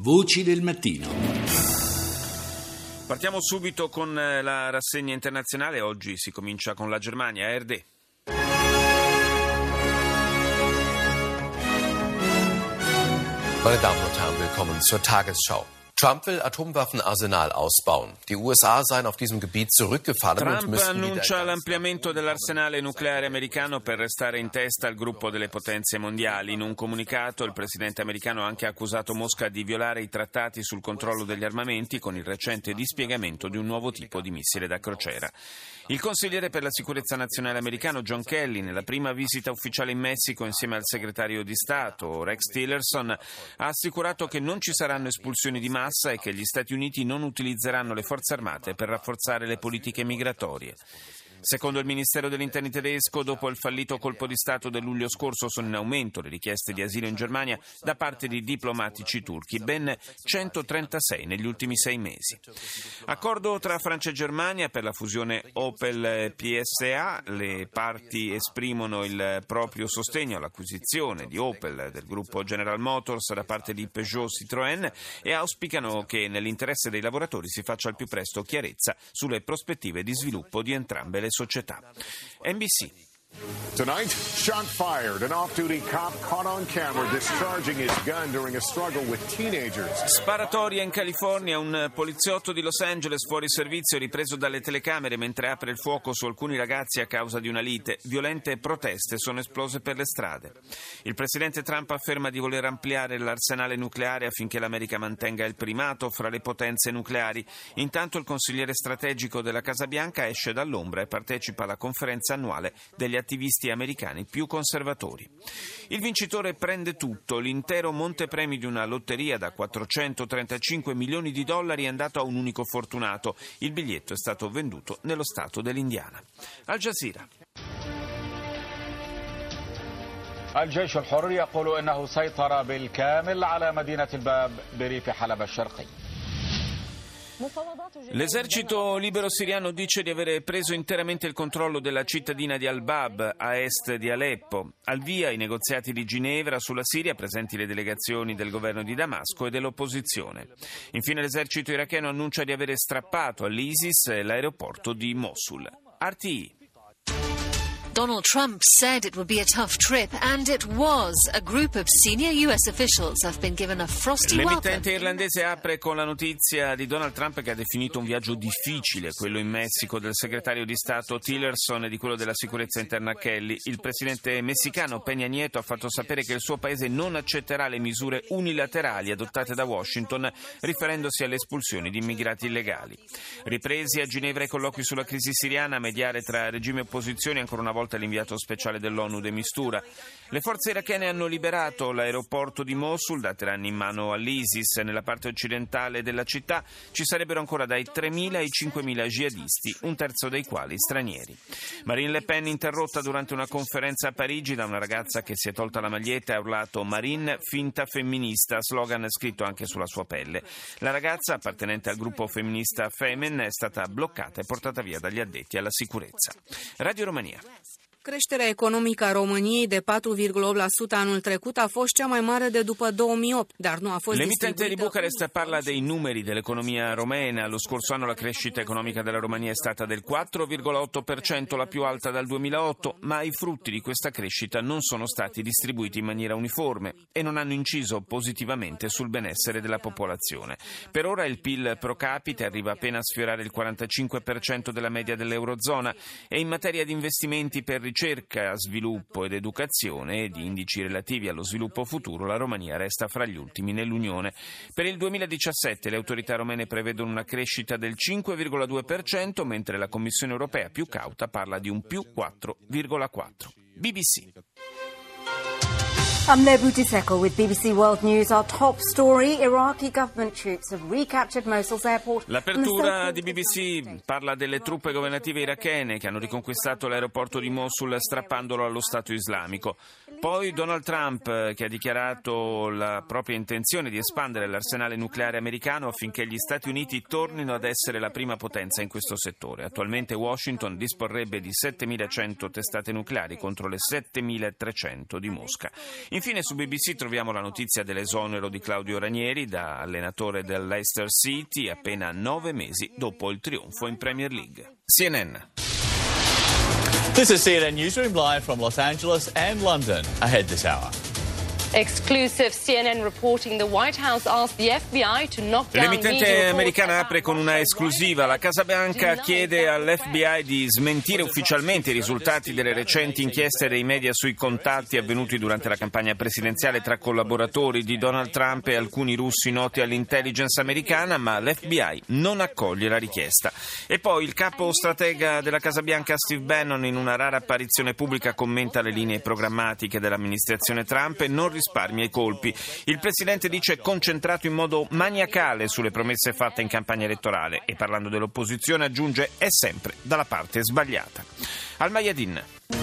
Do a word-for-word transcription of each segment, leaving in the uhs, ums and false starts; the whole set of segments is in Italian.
Voci del mattino. Partiamo subito con la rassegna internazionale. Oggi si comincia con la Germania. R D. Meine Damen und Herren, willkommen zur Tagesschau. Trump will Atomwaffenarsenal ausbauen. Die U S A seien auf diesem Gebiet zurückgefallen Trump und müssten annuncia l'ampliamento dell'arsenale nucleare americano per restare in testa al gruppo delle potenze mondiali. In un comunicato il presidente americano ha anche accusato Mosca di violare i trattati sul controllo degli armamenti con il recente dispiegamento di un nuovo tipo di missile da crociera. Il consigliere per la sicurezza nazionale americano John Kelly, nella prima visita ufficiale in Messico insieme al segretario di Stato Rex Tillerson, ha assicurato che non ci saranno espulsioni di massa e che gli Stati Uniti non utilizzeranno le forze armate per rafforzare le politiche migratorie. Secondo il Ministero degli Interni tedesco, dopo il fallito colpo di Stato del luglio scorso, sono in aumento le richieste di asilo in Germania da parte di diplomatici turchi, ben centotrentasei negli ultimi sei mesi. Accordo tra Francia e Germania per la fusione Opel-P S A. Le parti esprimono il proprio sostegno all'acquisizione di Opel del gruppo General Motors da parte di Peugeot-Citroën e auspicano che nell'interesse dei lavoratori si faccia al più presto chiarezza sulle prospettive di sviluppo di entrambe le società. N B C. Tonight, shot fired. An off-duty cop caught on camera discharging his gun during a struggle with teenagers. Sparatoria in California. Un poliziotto di Los Angeles fuori servizio ripreso dalle telecamere mentre apre il fuoco su alcuni ragazzi a causa di una lite. Violente proteste sono esplose per le strade. Il presidente Trump afferma di voler ampliare l'arsenale nucleare affinché l'America mantenga il primato fra le potenze nucleari. Intanto il consigliere strategico della Casa Bianca esce dall'ombra e partecipa alla conferenza annuale degli attivisti americani più conservatori. Il vincitore prende tutto. L'intero montepremi di una lotteria da quattrocentotrentacinque milioni di dollari è andato a un unico fortunato. Il biglietto è stato venduto nello stato dell'Indiana. Al Jazeera. الجيش الحر يقول إنه سيطر بالكامل على مدينة الباب بريف حلب الشرقي. L'esercito libero siriano dice di avere preso interamente il controllo della cittadina di Al-Bab, a est di Aleppo. Al via i negoziati di Ginevra sulla Siria, presenti le delegazioni del governo di Damasco e dell'opposizione. Infine l'esercito iracheno annuncia di avere strappato all'ISIS l'aeroporto di Mosul. R T I. Donald Trump said it would be a tough trip, and it was. A group of senior U S officials have been given a frosty welcome. L'emittente irlandese apre con la notizia di Donald Trump che ha definito un viaggio difficile, quello in Messico del segretario di Stato Tillerson e di quello della sicurezza interna Kelly. Il presidente messicano Peña Nieto ha fatto sapere che il suo paese non accetterà le misure unilaterali adottate da Washington, riferendosi alle espulsioni di immigrati illegali. Ripresi a Ginevra i colloqui sulla crisi siriana, a mediare tra regime e opposizioni ancora una volta l'inviato speciale dell'ONU de Mistura. Le forze irachene hanno liberato l'aeroporto di Mosul da tre anni in mano all'ISIS. Nella parte occidentale della città ci sarebbero ancora dai tremila ai cinquemila jihadisti, un terzo dei quali stranieri. Marine Le Pen interrotta durante una conferenza a Parigi da una ragazza che si è tolta la maglietta e ha urlato "Marine, finta femminista", slogan scritto anche sulla sua pelle. La ragazza, appartenente al gruppo femminista Femen, è stata bloccata e portata via dagli addetti alla sicurezza. Radio Romania. Creșterea economică a României de patru virgolă opt la sută anul trecut a fost cea mai mare de după două mii opt, dar nu a fost L'emittente di distribuită. Bucarest parla dei numeri dell'economia romena. Lo scorso anno la crescita economica della Romania è stata del quattro virgola otto per cento, la più alta dal duemilaotto, ma i frutti di questa crescita non sono stati distribuiti in maniera uniforme e non hanno inciso positivamente sul benessere della popolazione. Per ora il P I L pro capite arriva appena a sfiorare il quarantacinque per cento della media dell'Eurozona e in materia di investimenti per ricerca, sviluppo ed educazione e di indici relativi allo sviluppo futuro, la Romania resta fra gli ultimi nell'Unione. Per il duemiladiciassette le autorità romene prevedono una crescita del cinque virgola due per cento, mentre la Commissione europea più cauta parla di un più quattro virgola quattro. B B C. I'm Nebu Diseko with B B C World News. Our top story, Iraqi government troops have recaptured Mosul's airport. L'apertura di B B C parla delle truppe governative irachene che hanno riconquistato l'aeroporto di Mosul strappandolo allo Stato islamico. Poi Donald Trump che ha dichiarato la propria intenzione di espandere l'arsenale nucleare americano affinché gli Stati Uniti tornino ad essere la prima potenza in questo settore. Attualmente Washington disporrebbe di settemilacento testate nucleari contro le settemilatrecento di Mosca. Infine su B B C troviamo la notizia dell'esonero di Claudio Ranieri da allenatore del Leicester City appena nove mesi dopo il trionfo in Premier League. C N N. This is C N N Newsroom live from Los Angeles and London. Ahead this hour. Exclusive C N N reporting the White House asked the F B I to knock down L'emittente americana apre con una esclusiva. La Casa Bianca chiede all'F B I di smentire ufficialmente i risultati delle recenti inchieste dei media sui contatti avvenuti durante la campagna presidenziale tra collaboratori di Donald Trump e alcuni russi noti all'intelligence americana, ma l'F B I non accoglie la richiesta. E poi il capo stratega della Casa Bianca Steve Bannon, in una rara apparizione pubblica, commenta le linee programmatiche dell'amministrazione Trump e non risparmia i colpi. Il presidente dice concentrato in modo maniacale sulle promesse fatte in campagna elettorale e, parlando dell'opposizione, aggiunge è sempre dalla parte sbagliata. Al Mayadin.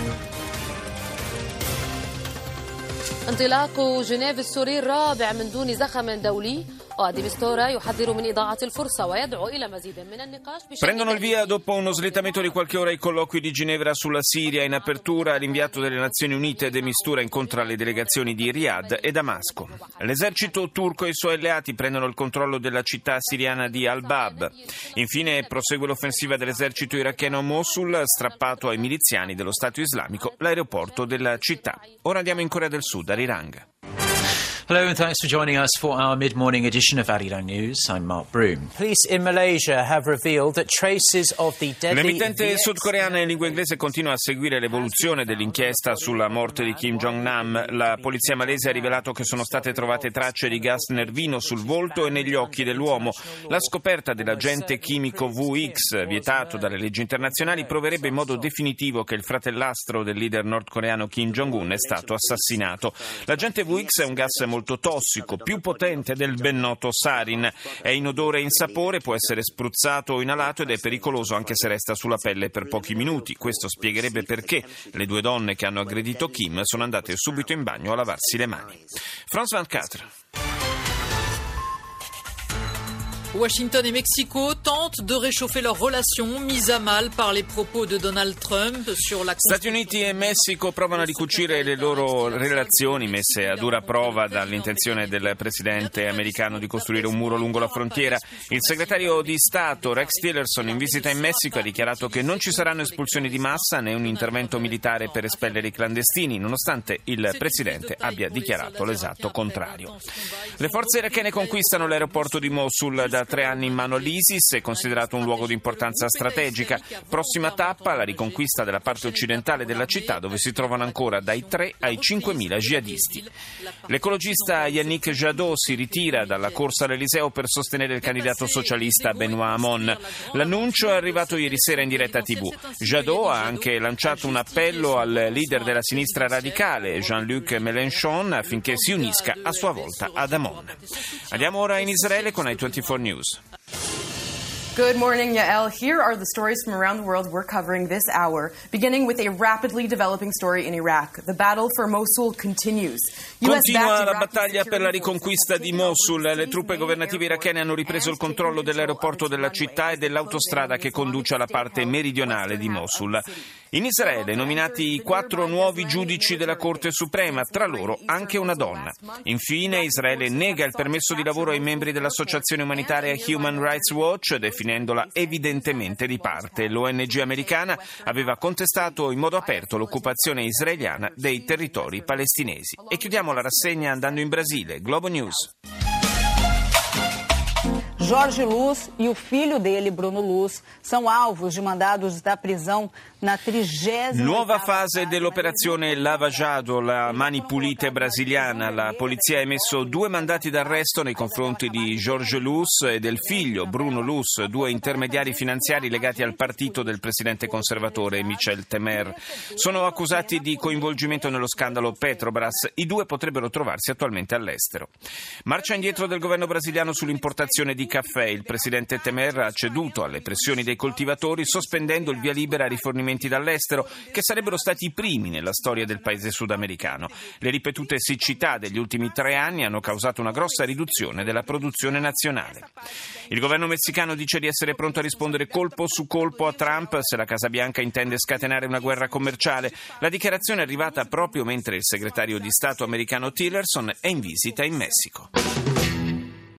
انطلاق جنيف السوري الرابع من دون زخم دولي وادي مستورة يحذر من إضاعة الفرصة ويدعو إلى مزيد من النقاش. Prendono il via dopo uno slittamento di qualche ora i colloqui di Ginevra sulla Siria. In apertura l'inviato delle Nazioni Unite De Mistura incontra le delegazioni di Riyadh e Damasco. L'esercito turco e i suoi alleati prendono il controllo della città siriana di Al-Bab. Infine prosegue l'offensiva dell'esercito iracheno a Mosul, strappato ai miliziani dello Stato Islamico l'aeroporto della città. Ora andiamo in Corea del Sud, a Rirang. Hello and thanks for joining us for our mid-morning edition of Arirang News. I'm Mark Broom. Police in Malaysia have revealed that traces of the deadly... L'emittente sudcoreana in lingua inglese continua a seguire l'evoluzione dell'inchiesta sulla morte di Kim Jong-nam. La polizia malese ha rivelato che sono state trovate tracce di gas nervino sul volto e negli occhi dell'uomo. La scoperta dell'agente chimico V X, vietato dalle leggi internazionali, proverebbe in modo definitivo che il fratellastro del leader nordcoreano Kim Jong-un è stato assassinato. L'agente V X è un gas molto tossico, più potente del ben noto sarin. È inodore e insapore, può essere spruzzato o inalato ed è pericoloso anche se resta sulla pelle per pochi minuti. Questo spiegherebbe perché le due donne che hanno aggredito Kim sono andate subito in bagno a lavarsi le mani. France ventiquattro. Washington et Mexico tentent de réchauffer leurs relations mises à mal par les propos de Donald Trump sur la... Stati Uniti e Messico provano a ricucire le loro relazioni messe a dura prova dall'intenzione del presidente americano di costruire un muro lungo la frontiera. Il segretario di Stato Rex Tillerson, in visita in Messico, ha dichiarato che non ci saranno espulsioni di massa né un intervento militare per espellere i clandestini, nonostante il presidente abbia dichiarato l'esatto contrario. Le forze irachene conquistano l'aeroporto di Mosul. Da tre anni in mano all'ISIS, è considerato un luogo di importanza strategica. Prossima tappa, la riconquista della parte occidentale della città, dove si trovano ancora dai tre ai cinquemila jihadisti. L'ecologista Yannick Jadot si ritira dalla corsa all'Eliseo per sostenere il candidato socialista Benoît Hamon. L'annuncio è arrivato ieri sera in diretta tivù. Jadot ha anche lanciato un appello al leader della sinistra radicale, Jean-Luc Mélenchon, affinché si unisca a sua volta ad Hamon. Andiamo ora in Israele con i ventiquattro News. Good morning, Yael. Here are the stories from around the world we're covering this hour, beginning with a rapidly developing story in Iraq. The battle for Mosul continues. Continua la battaglia per la riconquista di Mosul. Le truppe governative irachene hanno ripreso il controllo dell'aeroporto della città e dell'autostrada che conduce alla parte meridionale di Mosul. In Israele, nominati quattro nuovi giudici della Corte Suprema, tra loro anche una donna. Infine, Israele nega il permesso di lavoro ai membri dell'associazione umanitaria Human Rights Watch, definendola evidentemente di parte. L'O N G americana aveva contestato in modo aperto l'occupazione israeliana dei territori palestinesi. E chiudiamo la rassegna andando in Brasile. Globo News. Jorge Luz e o filho dele, Bruno Luz, são alvos de mandados da prisão na trigésima... Nuova fase dell'operazione Lava Jato, la mani pulite brasiliana. La polizia ha emesso due mandati d'arresto nei confronti di Jorge Luz e del figlio, Bruno Luz, due intermediari finanziari legati al partito del presidente conservatore Michel Temer. Sono accusati di coinvolgimento nello scandalo Petrobras. I due potrebbero trovarsi attualmente all'estero. Marcia indietro del governo brasiliano sull'importazione di caffè. Il presidente Temer ha ceduto alle pressioni dei coltivatori, sospendendo il via libera a rifornimenti provenienti dall'estero, che sarebbero stati i primi nella storia del paese sudamericano. Le ripetute siccità degli ultimi tre anni hanno causato una grossa riduzione della produzione nazionale. Il governo messicano dice di essere pronto a rispondere colpo su colpo a Trump se la Casa Bianca intende scatenare una guerra commerciale. La dichiarazione è arrivata proprio mentre il segretario di Stato americano Tillerson è in visita in Messico.